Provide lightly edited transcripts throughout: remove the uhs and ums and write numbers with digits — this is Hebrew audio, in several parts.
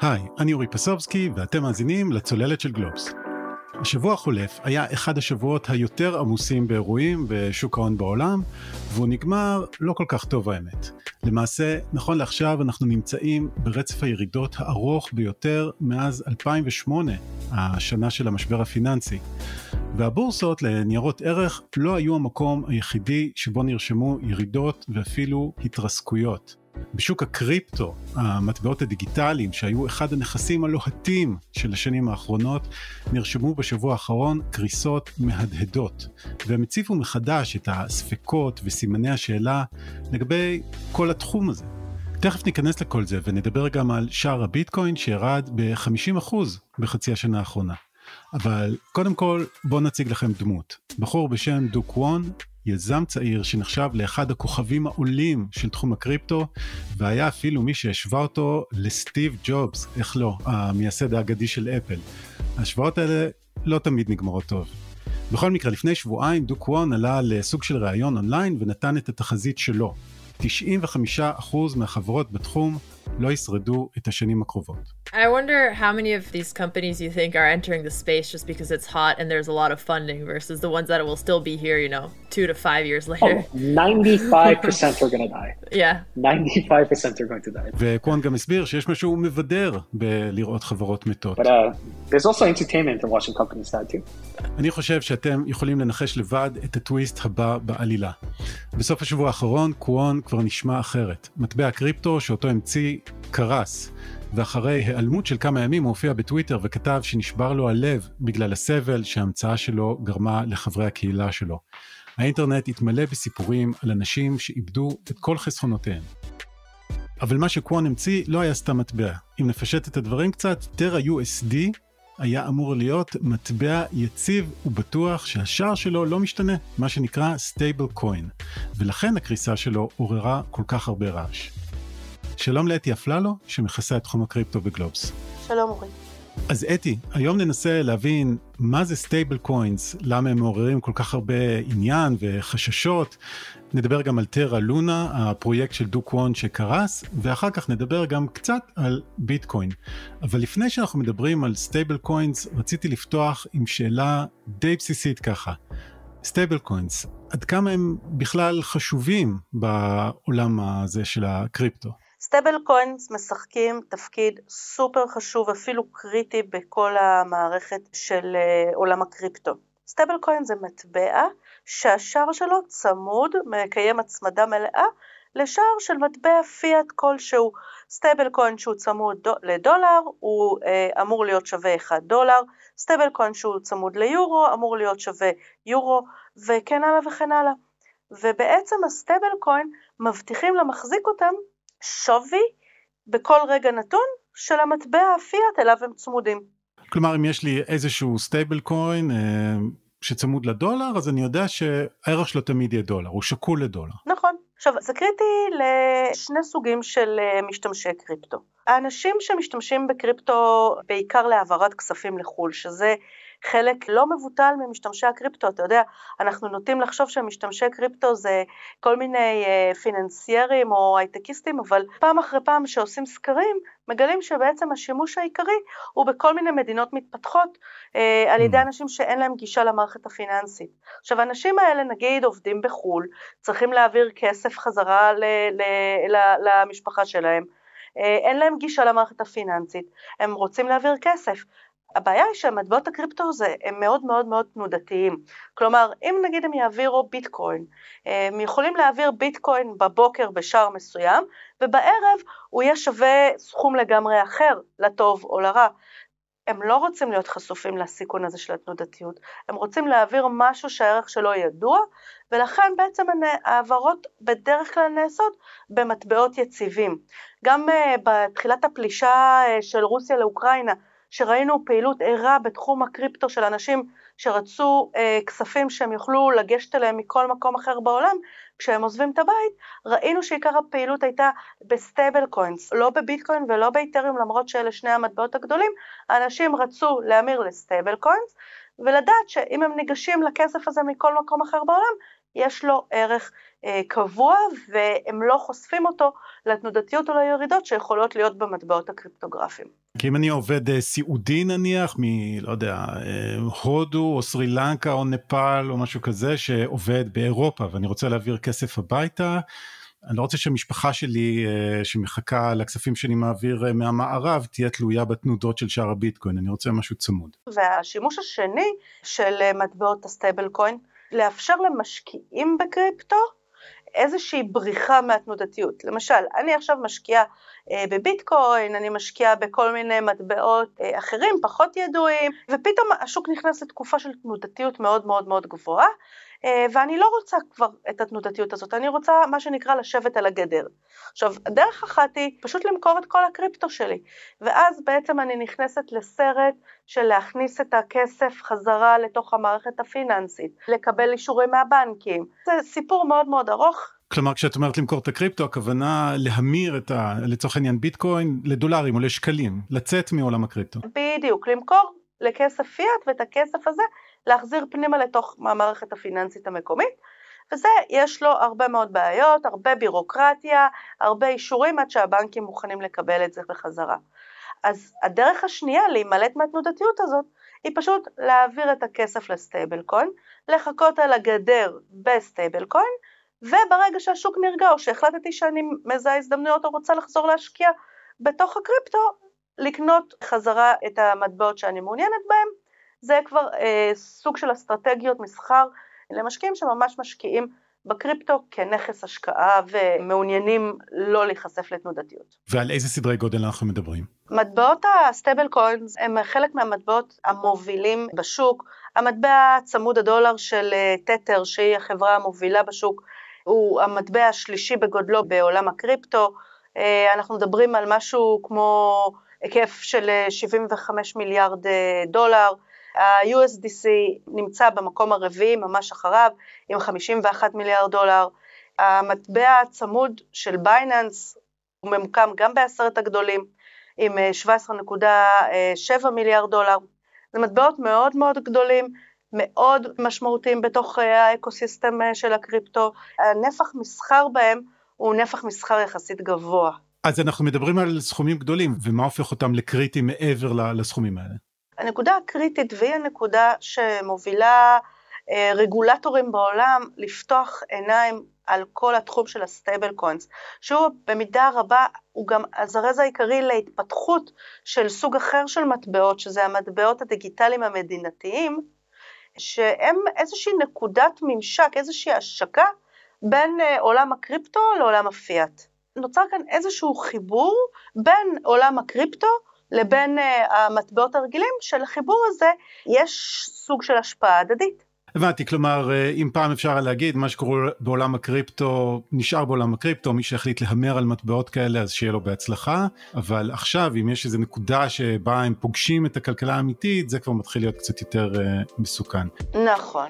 היי, אני אורי פסובסקי ואתם מאזינים לצוללת של גלובס. השבוע החולף היה אחד השבועות היותר עמוסים באירועים בשוק ההון בעולם, והוא נגמר לא כל כך טוב האמת. למעשה, נכון לעכשיו אנחנו נמצאים ברצף הירידות הארוך ביותר מאז 2008, השנה של המשבר הפיננסי. והבורסות לניירות ערך לא היו המקום היחידי שבו נרשמו ירידות ואפילו התרסקויות. בשוק הקריפטו, המטבעות הדיגיטליים שהיו אחד הנכסים הלוהטים של השנים האחרונות, נרשמו בשבוע האחרון קריסות מהדהדות, והם הציפו מחדש את הספקות וסימני השאלה לגבי כל התחום הזה. תכף ניכנס לכל זה ונדבר גם על שער הביטקוין שירד ב-50% בחצי השנה האחרונה. אבל קודם כל בואו נציג לכם דמות. בחור בשם דו קוון, יזם צעיר שנחשב לאחד הכוכבים העולים של תחום הקריפטו, והיה אפילו מי שהשווה אותו לסטיב ג'ובס, איך לא, המייסד האגדי של אפל. ההשוואות האלה לא תמיד נגמרות טוב. בכל מקרה, לפני שבועיים דו קוון עלה לסוג של ראיון אונליין ונתן את התחזית שלו. 95% מהחברות בתחום לא ישרדו את השנים הקרובות. I wonder how many of these companies you think are entering the space just because it's hot and there's a lot of funding versus the ones that will still be here, 2 to 5 years later. 95% are going to die. Yeah. 95% are going to die. וקוון גם הסביר שיש משהו מבדר בלראות חברות מתות. But there's also entertainment in watching companies die too. אני חושב שאתם יכולים לנחש לבד את הטוויסט הבא בעלילה. בסוף השבוע האחרון, קוון כבר נשמע אחרת. מטבע הקריפטו שאותו המציא קרס, ואחרי העלמות של כמה ימים הוא הופיע בטוויטר וכתב שנשבר לו הלב בגלל הסבל שההמצאה שלו גרמה לחברי הקהילה שלו. האינטרנט התמלא בסיפורים על אנשים שאיבדו את כל חסכונותיהם. אבל מה שקוון המציא לא היה סתם מטבע. אם נפשט את הדברים קצת, טרה USD היה אמור להיות מטבע יציב ובטוח שהשער שלו לא משתנה, מה שנקרא סטייבל קוין, ולכן הקריסה שלו עוררה כל כך הרבה רעש. שלום לאתי אפללו, שמכסה את תחום הקריפטו בגלובס. שלום אורי. אז אתי, היום ננסה להבין מה זה סטייבל קוינס, למה הם מעוררים כל כך הרבה עניין וחששות. נדבר גם על טרה לונה, הפרויקט של דו קוון שקרס, ואחר כך נדבר גם קצת על ביטקוין. אבל לפני שאנחנו מדברים על סטייבל קוינס, רציתי לפתוח עם שאלה די בסיסית ככה. סטייבל קוינס, עד כמה הם בכלל חשובים בעולם הזה של הקריפטו? סטייבל קוינס משחקים תפקיד סופר חשוב, אפילו קריטי בכל המערכת של עולם הקריפטו. סטייבל קוין זה מטבע שהשער שלו צמוד, מקיים הצמדה מלאה, לשער של מטבע פיאט כלשהו. סטייבל קוין שהוא צמוד לדולר, הוא אמור להיות שווה $1. סטייבל קוין שהוא צמוד ליורו, אמור להיות שווה יורו, וכן הלאה וכן הלאה. ובעצם הסטייבל קוין מבטיחים למחזיק אותם שווי בכל רגע נתון של המטבע הפיאט אליו הם צמודים. כלומר, אם יש לי איזשהו סטייבל קוין שצמוד לדולר, אז אני יודע שהערך שלו תמיד יהיה דולר, הוא שקול לדולר. נכון. עכשיו, זה קריטי לשני סוגים של משתמשי קריפטו. האנשים שמשתמשים בקריפטו בעיקר להעברת כספים לחול, שזה חלק לא מבוטל ממשתמשי הקריפטו. אתה יודע, אנחנו נוטים לחשוב שמשתמשי קריפטו זה כל מיני פיננסיירים או הייטקיסטים, אבל פעם אחרי פעם שעושים סקרים, מגלים שבעצם השימוש העיקרי הוא בכל מיני מדינות מתפתחות, על ידי אנשים שאין להם גישה למערכת הפיננסית. עכשיו, האנשים האלה נגיד עובדים בחול, צריכים להעביר כסף חזרה למשפחה שלהם, אין להם גישה למערכת הפיננסית, הם רוצים להעביר כסף. הבעיה היא שהמטבעות הקריפטו הם מאוד מאוד מאוד תנודתיים. כלומר, אם נגיד הם יעבירו ביטקוין, הם יכולים להעביר ביטקוין בבוקר בשער מסוים, ובערב הוא יהיה שווה סכום לגמרי אחר, לטוב או לרע. הם לא רוצים להיות חשופים לסיכון הזה של התנודתיות, הם רוצים להעביר משהו שהערך שלו ידוע, ולכן בעצם העברות בדרך כלל נעשות במטבעות יציבים. גם בתחילת הפלישה של רוסיה לאוקראינה, שראינו פעילות ערה בתחום הקריפטו של אנשים שרצו כספים שהם יוכלו לגשת אליהם מכל מקום אחר בעולם, כשהם עוזבים את הבית, ראינו שעיקר הפעילות הייתה בסטייבל קוינס, לא בביטקוין ולא באתריום, למרות שאלה שני המטבעות הגדולים, האנשים רצו להמיר לסטייבל קוינס, ולדעת שאם הם ניגשים לכסף הזה מכל מקום אחר בעולם, יש לו ערך קבוע, והם לא חושפים אותו לתנודתיות או לירידות שיכולות להיות במטבעות הקריפטוגרפיים. כי אם אני עובד סיעודי נניח, לא יודע, הודו או סרי לנקה או נפאל או משהו כזה, שעובד באירופה ואני רוצה להעביר כסף הביתה, אני לא רוצה שהמשפחה שלי שמחכה לכספים שאני מעביר מהמערב, תהיה תלויה בתנודות של שער הביטקוין, אני רוצה משהו צמוד. והשימוש השני של מטבעות הסטייבל קוין, לאפשר למשקיעים בקריפטו איזושהי בריחה מהתנודתיות. למשל, אני עכשיו משקיעה בביטקוין, אני משקיעה בכל מיני מטבעות אחרים, פחות ידועים, ופתאום השוק נכנס לתקופה של תנודתיות מאוד מאוד מאוד גבוהה, ואני לא רוצה כבר את התנודתיות הזאת, אני רוצה מה שנקרא לשבת על הגדר. עכשיו, הדרך אחת היא פשוט למכור את כל הקריפטו שלי, ואז בעצם אני נכנסת לסרט של להכניס את הכסף חזרה לתוך המערכת הפיננסית, לקבל אישורים מהבנקים. זה סיפור מאוד מאוד ארוך. כלומר, כשאת אומרת למכור את הקריפטו, הכוונה להמיר לצורך העניין ביטקוין לדולרים או לשקלים, לצאת מעולם הקריפטו. בדיוק, למכור לכסף פיאט ואת הכסף הזה להחזיר פנימה לתוך המערכת הפיננסית המקומית, וזה יש לו הרבה מאוד בעיות, הרבה בירוקרטיה, הרבה אישורים עד שהבנקים מוכנים לקבל את זה בחזרה. אז הדרך השנייה להימלט מהתנודתיות הזאת, היא פשוט להעביר את הכסף לסטייבל קוין, לחכות על הגדר בסטייבל קוין, וברגע שהשוק נרגע או שהחלטתי שאני מזהה הזדמנויות או רוצה לחזור להשקיע בתוך הקריפטו, לקנות חזרה את המטבעות שאני מעוניינת בהם. זה כבר סוג של אסטרטגיות מסחר למשקיעים שממש משקיעים בקריפטו כנכס השקעה ומעוניינים לא להיחשף לתנודתיות. ועל איזה סדרי גודל אנחנו מדברים? מטבעות הסטייבל קוינס הם חלק מהמטבעות המובילים בשוק. המטבע צמוד הדולר של תתר, שהיא החברה המובילה בשוק, הוא המטבע השלישי בגודלו בעולם הקריפטו. אנחנו מדברים על משהו כמו היקף של 75 מיליארד דולר. ה-USDC נמצא במקום הרביעי ממש אחריו עם 51 מיליארד דולר. המטבע הצמוד של בייננס הוא ממוקם גם בעשרת הגדולים עם 17.7 מיליארד דולר. זה מטבעות מאוד מאוד גדולים, מאוד משמעותיים בתוך האקוסיסטם של הקריפטו. הנפח מסחר בהם הוא נפח מסחר יחסית גבוה. אז אנחנו מדברים על סכומים גדולים, ומה הופך אותם לקריטיים מעבר לסכומים האלה? הנקודה הקריטית והיא הנקודה שמובילה רגולטורים בעולם לפתוח עיניים על כל התחום של הסטייבל קוינס, שהוא במידה רבה הוא גם הזרז העיקרי להתפתחות של סוג אחר של מטבעות, שזה המטבעות הדיגיטליים המדינתיים, שהם איזושהי נקודת ממשק, איזושהי השקה בין עולם הקריפטו לעולם הפיאט. נוצר כאן איזשהו חיבור בין עולם הקריפטו לבין המטבעות הרגילים, שלחיבור הזה יש סוג של השפעה הדדית. הבנתי, כלומר, אם פעם אפשר להגיד, מה שקורה בעולם הקריפטו, נשאר בעולם הקריפטו, מי שהחליט להמר על מטבעות כאלה, אז שיהיה לו בהצלחה, אבל עכשיו, אם יש איזו נקודה שבה הם פוגשים את הכלכלה האמיתית, זה כבר מתחיל להיות קצת יותר מסוכן. נכון.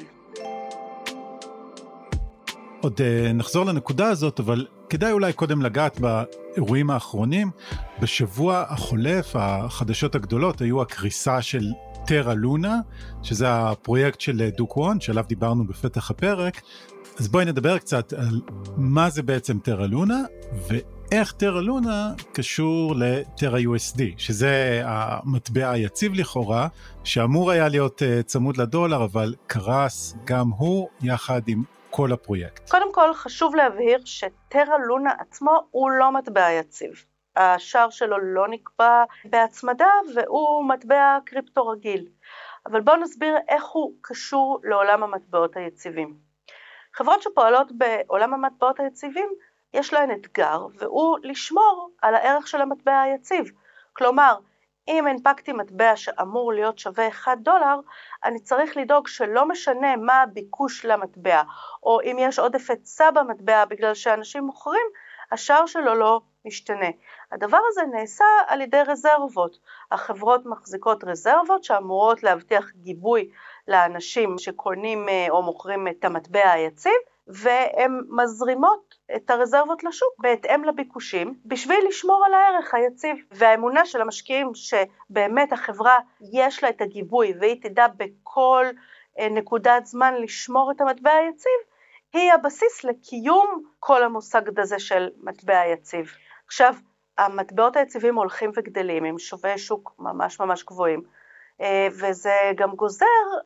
עוד נחזור לנקודה הזאת, אבל כדאי אולי קודם לגעת באירועים האחרונים. בשבוע החולף, החדשות הגדולות היו הקריסה של טרה לונה, שזה הפרויקט של דוק וון, שעליו דיברנו בפתח הפרק. אז בואי נדבר קצת על מה זה בעצם טרה לונה, ואיך טרה לונה קשור לטרה USD, שזה המטבע היציב לכאורה, שאמור היה להיות צמוד לדולר, אבל קרס גם הוא יחד עם כל הפרויקט. קודם כל חשוב להבהיר שטרה לונה עצמו הוא לא מטבע יציב. השער שלו לא נקבע בהצמדה והוא מטבע קריפטו רגיל. אבל בואו נסביר איך הוא קשור לעולם המטבעות היציבים. חברות שפועלות בעולם המטבעות היציבים יש להן אתגר, והוא לשמור על הערך של המטבע היציב. כלומר, אם הנפקתי מטבע שאמור להיות שווה $1, אני צריך לדאוג שלא משנה מה הביקוש למטבע, או אם יש עודף היצע במטבע בגלל שאנשים מוכרים, השער שלו לא משתנה. הדבר הזה נעשה על ידי רזרבות. החברות מחזיקות רזרבות שאמורות להבטיח גיבוי לאנשים שקונים או מוכרים את המטבע היציב, והן מזרימות את הרזרבות לשוק בהתאם לביקושים, בשביל לשמור על הערך היציב. והאמונה של המשקיעים שבאמת החברה יש לה את הגיבוי, והיא תדע בכל נקודת זמן לשמור את המטבע היציב, היא הבסיס לקיום כל המושג הזה של מטבע יציב. עכשיו, המטבעות היציבים הולכים וגדלים, עם שווי שוק ממש ממש גבוהים, וזה גם גוזר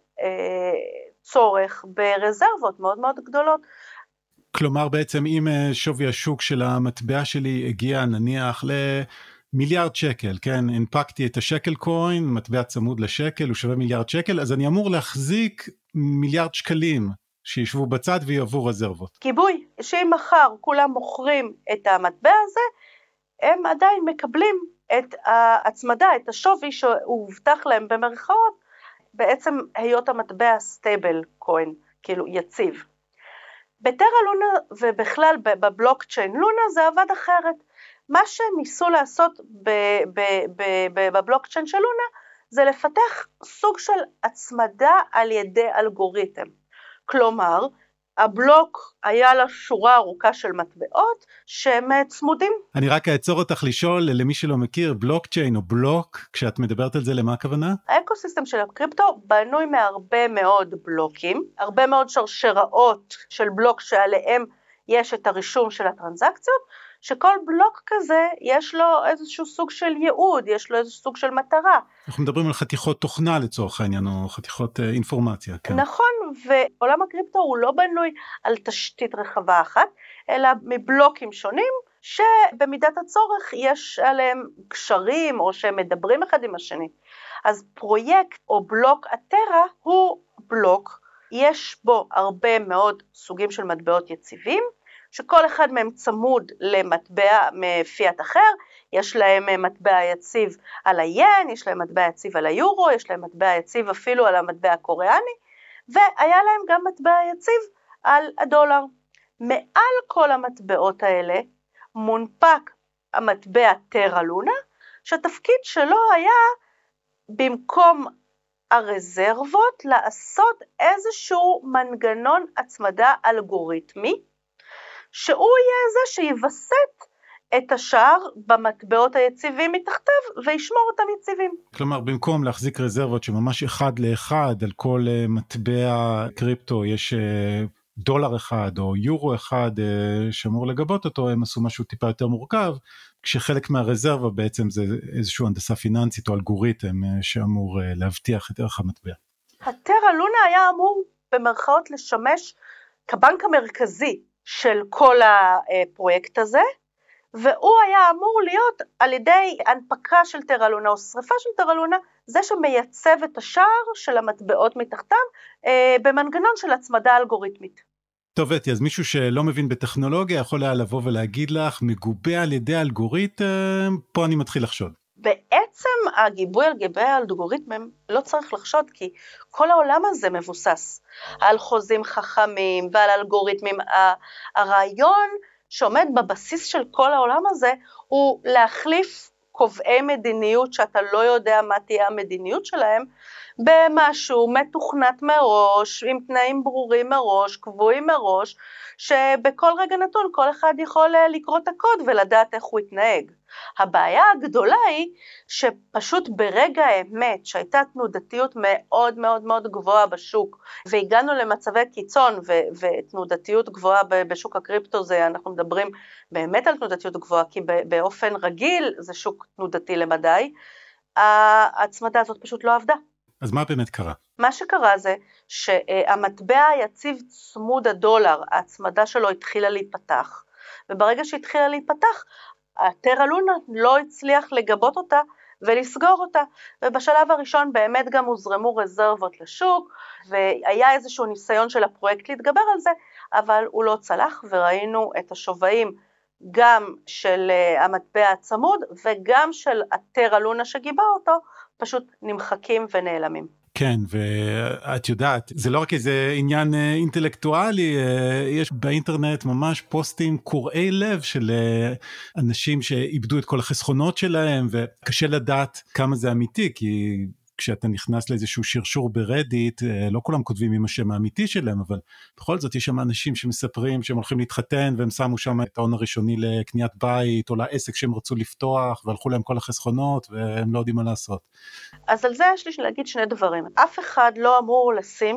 צורך ברזרבות מאוד מאוד גדולות. כלומר בעצם אם שווי השוק של המטבע שלי הגיע נניח למיליארד שקל, כן, הנפקתי את השקל קוין, מטבע צמוד לשקל, הוא שווה מיליארד שקל, אז אני אמור להחזיק מיליארד שקלים שישבו בצד ויעבו רזרבות. גיבוי, שאם מחר כולם מוכרים את המטבע הזה, הם עדיין מקבלים את ההצמדה, את השווי שהוא הובטח להם במרכאות, בעצם היות המטבע סטייבל קוין, כאילו יציב. בטרה לונה ובכלל בבלוקצ'יין לונה זה עבד אחרת. מה שהם ניסו לעשות בבלוקצ'יין של לונה, זה לפתח סוג של הצמדה על ידי אלגוריתם. כלומר, הבלוק היה לה שורה ארוכה של מטבעות שהם צמודים. אני רק אעצור אותך לשאול, למי שלא מכיר, בלוקצ'יין או בלוק, כשאת מדברת על זה, למה הכוונה? האקוסיסטם של הקריפטו בנוי מהרבה מאוד בלוקים, הרבה מאוד שרשראות של בלוק שעליהם יש את הרישום של הטרנזקציות, שכל בלוק כזה יש לו איזשהו סוג של ייעוד, יש לו איזשהו סוג של מטרה. אנחנו מדברים על חתיכות תוכנה לצורך העניין, או חתיכות אינפורמציה. כן. נכון, ועולם הקריפטו הוא לא בנוי על תשתית רחבה אחת, אלא מבלוקים שונים, שבמידת הצורך יש עליהם קשרים, או שהם מדברים אחד עם השני. אז פרויקט או בלוק הטרה הוא בלוק, יש בו הרבה מאוד סוגים של מטבעות יציבים, שכל אחד מהם צמוד למטבע מפיאט אחר, יש להם מטבע יציב על היין, יש להם מטבע יציב על היורו, יש להם מטבע יציב אפילו על המטבע הקוריאני, והיה להם גם מטבע יציב על הדולר. מעל כל המטבעות האלה מונפק המטבע טרה לונה, שהתפקיד שלו היה במקום הרזרבות לעשות איזשהו מנגנון הצמדה אלגוריתמי, שהוא יהיה זה שיווסת את השאר במטבעות היציבים מתחתיו וישמור אותם יציבים. כלומר, במקום להחזיק רזרבות שממש אחד לאחד על כל מטבע קריפטו יש דולר אחד או יורו אחד שאמור לגבות אותו, הם עשו משהו טיפה יותר מורכב, כשחלק מהרזרבה בעצם זה איזשהו הנדסה פיננסית או אלגוריתם שאמור להבטיח את ערך המטבע. הטרה לונה היה אמור במרכאות לשמש כבנק המרכזי של כל הפרויקט הזה, והוא היה אמור להיות על ידי הנפקה של טרה לונה או שריפה של טרה לונה, זה שמייצב את השער של המטבעות מתחתם במנגנון של הצמדה אלגוריתמית. טוב, אתי, אז מישהו שלא מבין בטכנולוגיה יכול היה לבוא ולהגיד לך, מגובה על ידי אלגוריתם, פה אני מתחיל לחשוד. בעצם הגיבוי על גבי האלגוריתמים לא צריך לחשוד, כי כל העולם הזה מבוסס על חוזים חכמים ועל אלגוריתמים. הרעיון שעומד בבסיס של כל העולם הזה הוא להחליף קובעי מדיניות שאתה לא יודע מה תהיה המדיניות שלהם, במשהו מתוכנת מראש, עם תנאים ברורים מראש, קבועים מראש, שבכל רגע נתון כל אחד יכול לקרוא את הקוד ולדעת איך הוא יתנהג. הבעיה הגדולה היא שפשוט ברגע האמת שהייתה תנודתיות מאוד מאוד מאוד גבוהה בשוק, והגענו למצבי קיצון ותנודתיות גבוהה בשוק הקריפטו, זה אנחנו מדברים באמת על תנודתיות גבוהה, כי באופן רגיל זה שוק תנודתי למדי, ההצמדה הזאת פשוט לא עבדה. אז מה באמת קרה? מה שקרה זה שהמטבע היציב צמוד הדולר, ההצמדה שלו התחילה להיפתח, וברגע שהתחילה להיפתח, הטרה לונה לא הצליח לגבות אותה ולסגור אותה, ובשלב הראשון באמת גם הוזרמו רזרבות לשוק, והיה איזשהו ניסיון של הפרויקט להתגבר על זה, אבל הוא לא צלח, וראינו את השווים גם של המטבע הצמוד, וגם של הטרה לונה שגיבה אותו, פשוט נמחקים ונעלמים. כן, ואת יודעת, זה לא רק איזה עניין אינטלקטואלי, יש באינטרנט ממש פוסטים קוראי לב של אנשים שאיבדו את כל החסכונות שלהם, וקשה לדעת כמה זה אמיתי, כי כשאתה נכנס לאיזשהו שרשור ברדיט, לא כולם כותבים עם השם האמיתי שלהם, אבל בכל זאת יש שם אנשים שמספרים שהם הולכים להתחתן, והם שמו שם את ההון הראשוני לקניית בית, או לעסק שהם רצו לפתוח, והלכו להם כל החסכונות, והם לא יודעים מה לעשות. אז על זה יש לי להגיד שני דברים. אף אחד לא אמור לשים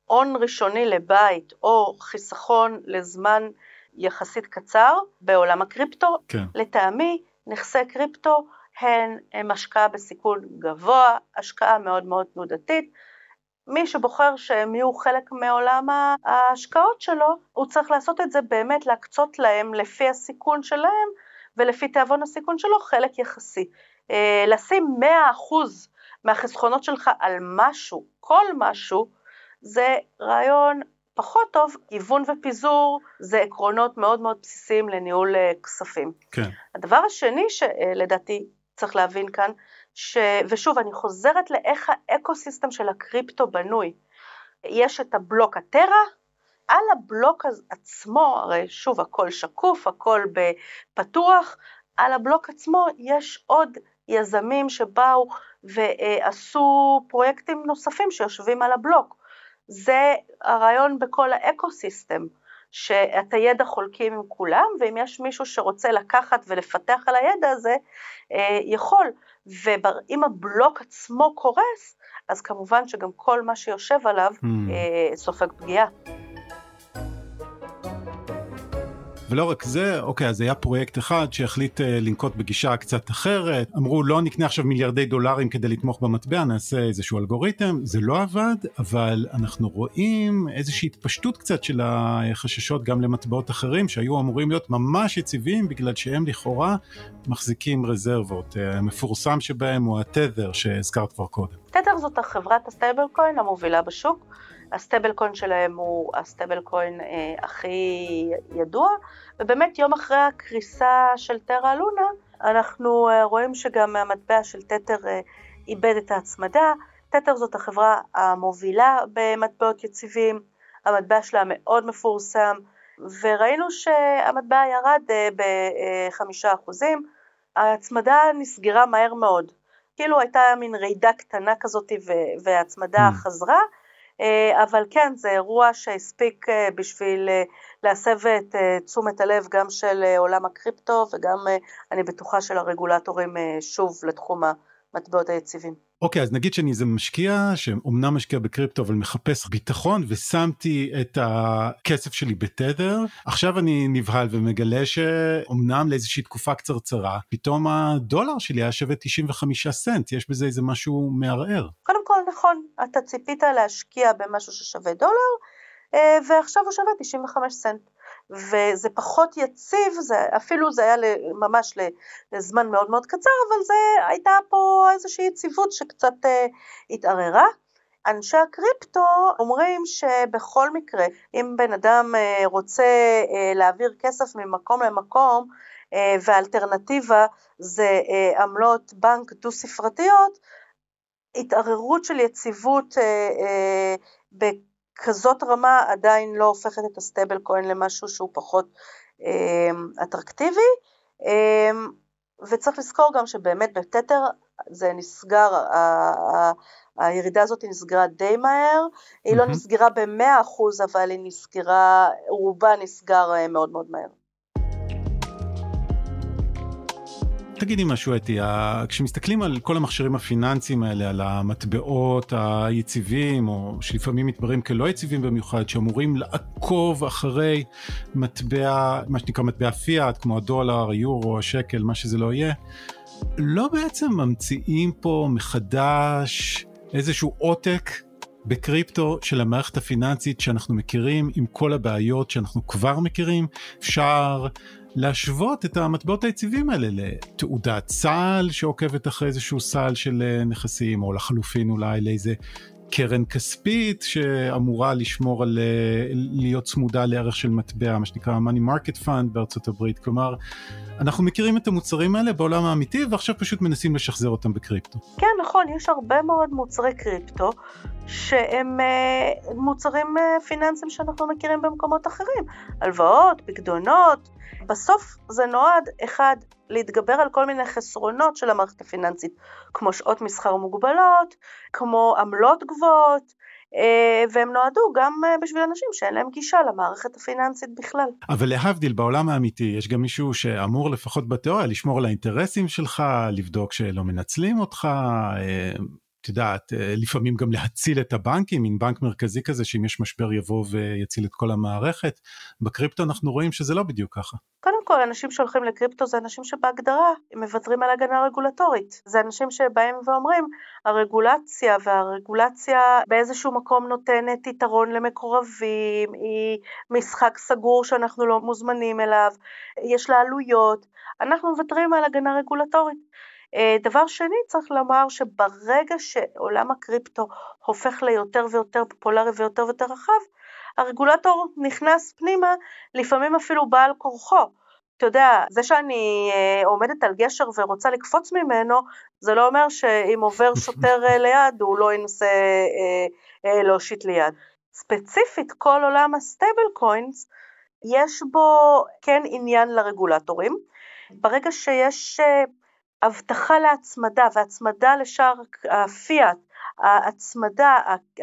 הון ראשוני לבית או חיסכון לזמן יחסית קצר בעולם הקריפטו, כן. לטעמי נכסי קריפטו הן השקעה בסיכון גבוה, השקעה מאוד מאוד תנודתית. מי שבוחר שהם יהיו חלק מעולם ההשקעות שלו, הוא צריך לעשות את זה באמת, להקצות להם לפי הסיכון שלהם ולפי תיאבון הסיכון שלו חלק יחסי. לשים 100% מהחסכונות שלך על משהו, כל משהו, זה רעיון פחות טוב. גיוון ופיזור זה עקרונות מאוד מאוד בסיסיים לניהול כספים. כן. הדבר השני שלדעתי צריך להבין כאן, ושוב אני חוזרת לאיך האקוסיסטם של הקריפטו בנוי. יש את הבלוק הטרה, על הבלוק עצמו, הרי שוב הכל שקוף, הכל בפתוח, על הבלוק עצמו יש עוד יזמים שבאו ועשו פרויקטים נוספים שיושבים על הבלוק. זה הרעיון בכל האקוסיסטם, שאת הידע חולקים עם כולם, ואם יש מישהו שרוצה לקחת ולפתח על הידע הזה, יכול. ואם הבלוק עצמו קורס, אז כמובן שגם כל מה שיושב עליו סופג פגיעה. ולא רק זה, אוקיי, אז היה פרויקט אחד שהחליט לנקוט בגישה קצת אחרת, אמרו לא נקנה עכשיו מיליארדי דולרים כדי לתמוך במטבע, נעשה איזשהו אלגוריתם, זה לא עבד, אבל אנחנו רואים איזושהי התפשטות קצת של החששות גם למטבעות אחרים, שהיו אמורים להיות ממש יציבים, בגלל שהם לכאורה מחזיקים רזרבות. המפורסם שבהם הוא התת'ר שהזכרת כבר קודם. תת'ר זאת החברת הסטייבל קוין המובילה בשוק, הסטייבל קוין שלהם הוא הסטייבל קוין הכי ידוע, ובאמת יום אחרי הקריסה של טרה לונה, אנחנו רואים שגם המטבע של תת'ר איבד את ההצמדה. תת'ר זאת החברה המובילה במטבעות יציבים, המטבע שלה מאוד מפורסם, וראינו שהמטבע ירד ב5%, ההצמדה נסגרה מהר מאוד, כאילו הייתה מין רעידה קטנה כזאת וההצמדה חזרה, אבל כן, זה אירוע שהספיק בשביל להסב את תשומת הלב גם של עולם הקריפטו, וגם אני בטוחה של הרגולטורים שוב לתחום המטבעות היציבים. אוקיי, אז נגיד שאני איזה משקיע, שאומנם משקיע בקריפטו, אבל מחפש ביטחון, ושמתי את הכסף שלי בתת'ר, עכשיו אני נבהל ומגלה שאומנם לאיזושהי תקופה קצרצרה, פתאום הדולר שלי היה שווה 95 סנט, יש בזה איזה משהו מערער. קודם כל נכון, אתה ציפית להשקיע במשהו ששווה דולר, ועכשיו הוא שווה 95 סנט. וזה פחות יציב, אפילו זה היה ממש לזמן מאוד מאוד קצר, אבל זה הייתה פה איזושהי יציבות שקצת התערערה. אנשי הקריפטו אומרים שבכל מקרה, אם בן אדם רוצה להעביר כסף ממקום למקום, והאלטרנטיבה זה עמלות בנק דו-ספרתיות, התערערות של יציבות כזאת רמה עדיין לא הופכת את הסטייבל קוין למשהו שהוא פחות אטרקטיבי, וצריך לזכור גם שבאמת בתת'ר זה נסגר, הירידה הזאת נסגרה די מהר, היא לא נסגרה ב100%, אבל היא נסגרה, רובה נסגר מאוד מאוד מהר. תגידי משהו אתי, כשמסתכלים על כל המכשירים הפיננסיים האלה, על המטבעות היציבים, או שלפעמים מתבררים כלא יציבים במיוחד, שאמורים לעקוב אחרי מטבע, מה שנקרא מטבע פיאט, כמו הדולר, היורו, השקל, מה שזה לא יהיה, לא בעצם ממציאים פה מחדש איזשהו עותק בקריפטו של המערכת הפיננסית שאנחנו מכירים, עם כל הבעיות שאנחנו כבר מכירים, אפשר להשוות את המטבעות היציבים האלה לתעודת סל שעוקבת אחרי איזשהו סל של נכסים, או לחלופין אולי לאיזה קרן כספית שאמורה לשמור על להיות צמודה לערך של מטבע, מה שנקרא money market fund בארצות הברית. כלומר, אנחנו מכירים את המוצרים האלה בעולם האמיתי, ועכשיו פשוט מנסים לשחזר אותם בקריפטו. כן, נכון, יש הרבה מאוד מוצרי קריפטו, שהם מוצרים פיננסיים שאנחנו מכירים במקומות אחרים, הלוואות, פקדונות. בסוף זה נועד, אחד, להתגבר על כל מיני חסרונות של המערכת הפיננסית, כמו שעות מסחר מוגבלות, כמו עמלות גבוהות, והם נועדו גם בשביל אנשים שאין להם גישה למערכת הפיננסית בכלל. אבל להבדיל, בעולם האמיתי יש גם מישהו שאמור לפחות בתיאוריה לשמור על האינטרסים שלך, לבדוק שלא מנצלים אותך, את יודעת, לפעמים גם להציל את הבנקים, עם בנק מרכזי כזה, שאם יש משבר יבוא ויציל את כל המערכת. בקריפטו אנחנו רואים שזה לא בדיוק ככה. קודם כל, אנשים שהולכים לקריפטו זה אנשים שבהגדרה הם מוותרים על הגנה רגולטורית. זה אנשים שבאים ואומרים, הרגולציה באיזשהו מקום נותנת יתרון למקורבים, היא משחק סגור שאנחנו לא מוזמנים אליו, יש לה עלויות, אנחנו מוותרים על הגנה רגולטורית. דבר שני, צריך לומר שברגע שעולם הקריפטו הופך ליותר ויותר פופולרי ויותר ויותר רחב, הרגולטור נכנס פנימה, לפעמים אפילו בעל כורחו. אתה יודע, זה שאני עומדת על גשר ורוצה לקפוץ ממנו, זה לא אומר שאם עובר שוטר ליד, הוא לא ינסה להושיט ליד. ספציפית, כל עולם הסטייבל קוינס, יש בו כן עניין לרגולטורים. ברגע שיש הבטחה להצמדה, והצמדה לשאר הפיאט, ההצמדה,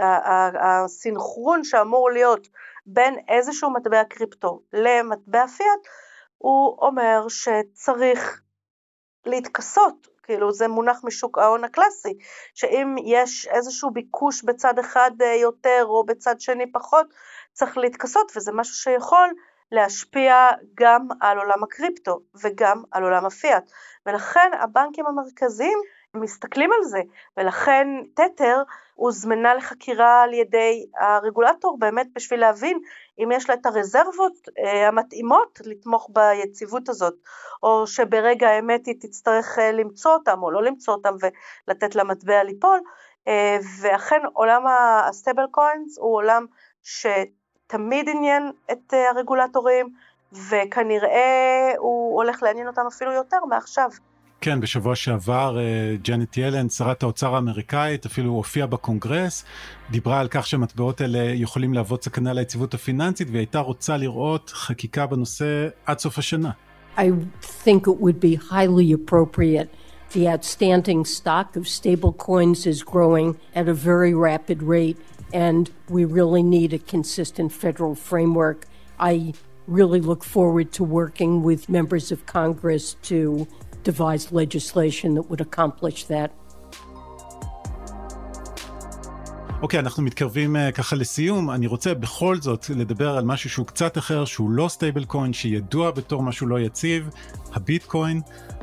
הסינכרון שאמור להיות בין איזשהו מטבע קריפטו למטבע פיאט, הוא אומר שצריך להתכסות, כאילו זה מונח משוק ההון הקלאסי, שאם יש איזשהו ביקוש בצד אחד יותר או בצד שני פחות, צריך להתכסות, וזה משהו שיכול להשפיע גם על עולם הקריפטו וגם על עולם הפיאט, ולכן הבנקים המרכזיים מסתכלים על זה, ולכן תתר הוזמנה לחקירה על ידי הרגולטור, באמת בשביל להבין אם יש לה את הרזרבות המתאימות לתמוך ביציבות הזאת, או שברגע האמת היא תצטרך למצוא אותם או לא למצוא אותם ולתת למטבע ליפול, ואכן עולם הסטייבל קוינס הוא עולם שתמיד עניין את הרגולטורים, וכנראה הוא הולך לעניין אותם אפילו יותר מעכשיו. כן, בשבוע שעבר ג'נט ילן, שרת האוצר האמריקאית, אפילו הופיעה בקונגרס, דיברה על כך שהמטבעות האלה יכולים להוות סכנה ליציבות הפיננסית, והיא הייתה רוצה לראות חקיקה בנושא עד סוף השנה. I think it would be highly appropriate. The outstanding stock of stablecoins is growing at a very rapid rate, and we really need a consistent federal framework. I really look forward to working with members of Congress to devise legislation that would accomplish that. אוקיי, אנחנו מתקרבים ככה לסיום. אני רוצה בכל זאת לדבר על משהו שהוא קצת אחר, שהוא לא סטייבל קוין, שידוע בתור משהו לא יציב, הביטקוין,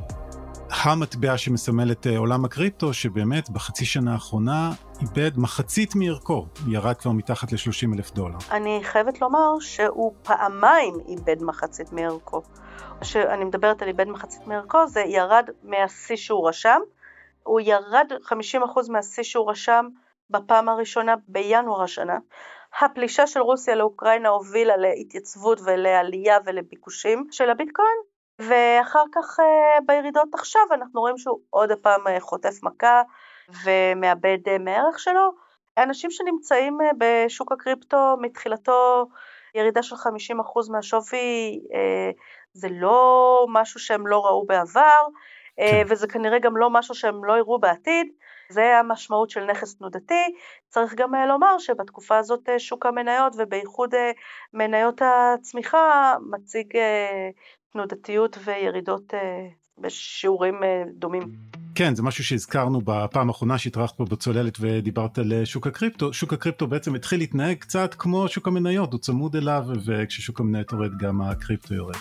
המטבע שמסמל את עולם הקריפטו, שבאמת בחצי שנה האחרונה איבד מחצית מערכו, ירד כבר מתחת $30,000. אני חייבת לומר שהוא פעמיים איבד מחצית מערכו. כשאני מדברת על איבד מחצית מערכו, זה ירד מהשיא שהוא רשם, הוא ירד 50% מהשיא שהוא רשם בפעם הראשונה בינואר השנה. הפלישה של רוסיה לאוקראינה הובילה להתייצבות ולעלייה ולביקושים של הביטקוין, ואחר כך בירידות עכשיו אנחנו רואים שהוא עוד הפעם חוטף מכה ומאבד מערך שלו. האנשים שנמצאים בשוק הקריפטו מתחילתו ירידה של 50% מהשווי, זה לא משהו שהם לא ראו בעבר, וזה כנראה גם לא משהו שהם לא יראו בעתיד. זה המשמעות של נכס תנודתי. צריך גם לומר שבתקופה הזאת שוק המניות, ובייחוד מניות הצמיחה, מציג תנודתיות וירידות בשיעורים דומים. כן, זה משהו שהזכרנו בפעם האחרונה שהתארחת פה בצוללת ודיברת על שוק הקריפטו. שוק הקריפטו בעצם התחיל להתנהג קצת כמו שוק המניות, הוא צמוד אליו, וכששוק המניות יורד גם הקריפטו יורד.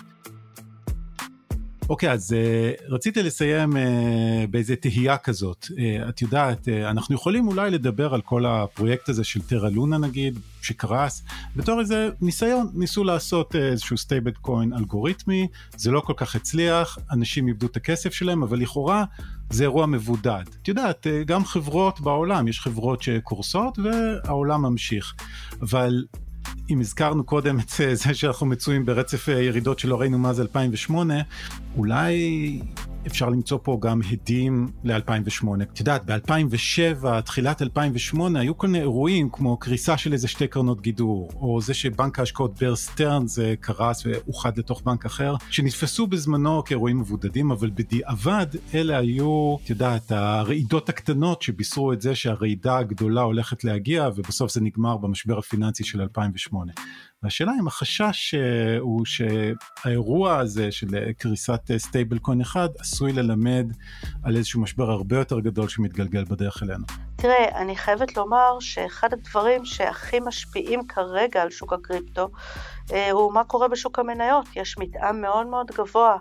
אוקיי, אז רציתי לסיים באיזה תהייה כזאת. את יודעת, אנחנו יכולים אולי לדבר על כל הפרויקט הזה של טרה לונה נגיד, שקרס, בתור איזה ניסיון, ניסו לעשות איזשהו סטייבל קוין אלגוריתמי, זה לא כל כך הצליח, אנשים איבדו את הכסף שלהם, אבל לכאורה זה אירוע מבודד. את יודעת, גם חברות בעולם, יש חברות שקורסות והעולם ממשיך, אבל אם הזכרנו קודם את זה שאנחנו מצויים ברצף ירידות שלא ראינו מאז 2008, אולי אפשר למצוא פה גם הדים ל-2008. את יודעת, ב-2007, תחילת 2008, היו כל מיני אירועים כמו קריסה של איזה 2 קרנות גידור, או זה שבנק ההשקעות בר סטרנס קרס ואוחד לתוך בנק אחר, שנתפסו בזמנו כאירועים מבודדים, אבל בדיעבד אלה היו, את יודעת, הרעידות הקטנות שבישרו את זה שהרעידה הגדולה הולכת להגיע, ובסוף זה נגמר במשבר הפיננסי של 2008. והשאלה אם החשש הוא שהאירוע הזה של קריסת סטייבל קוין אחד עשוי ללמד על איזשהו משבר הרבה יותר גדול שמתגלגל בדרך אלינו. תראה, אני חייבת לומר שאחד הדברים שהכי משפיעים כרגע על שוק הקריפטו, הוא מה קורה בשוק המניות. יש מתאם מאוד מאוד גבוה.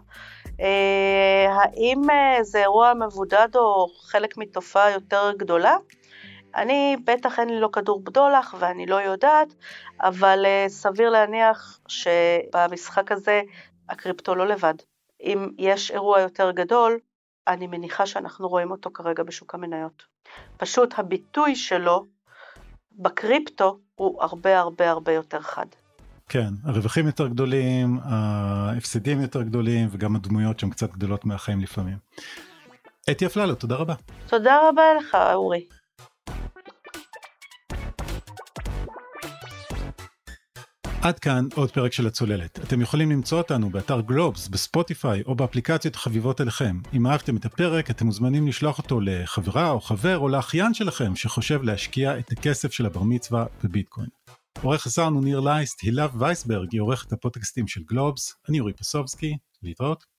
האם זה אירוע מבודד או חלק מתופעה יותר גדולה? אני בטח אין לי לא כדור בדולח ואני לא יודעת, אבל סביר להניח שבמשחק הזה הקריפטו לא לבד. אם יש אירוע יותר גדול, אני מניחה שאנחנו רואים אותו כרגע בשוק המניות. פשוט הביטוי שלו בקריפטו הוא הרבה הרבה הרבה יותר חד. כן, הרווחים יותר גדולים, ההפסדים יותר גדולים, וגם הדמויות שהן קצת גדולות מהחיים לפעמים. אתי אפללו, תודה רבה. תודה רבה לך, אורי. עד כאן עוד פרק של הצוללת. אתם יכולים למצוא אותנו באתר גלובס, בספוטיפיי או באפליקציות חביבות אליכם. אם אהבתם את הפרק, אתם מוזמנים לשלוח אותו לחברה או חבר או לאחיין שלכם שחושב להשקיע את הכסף של הבר מצווה בביטקוין. עורך הסאונד הוא ניר לייסט, הילה וייסברג היא עורכת הפודקאסטים של גלובס, אני אורי פסובסקי, להתראות.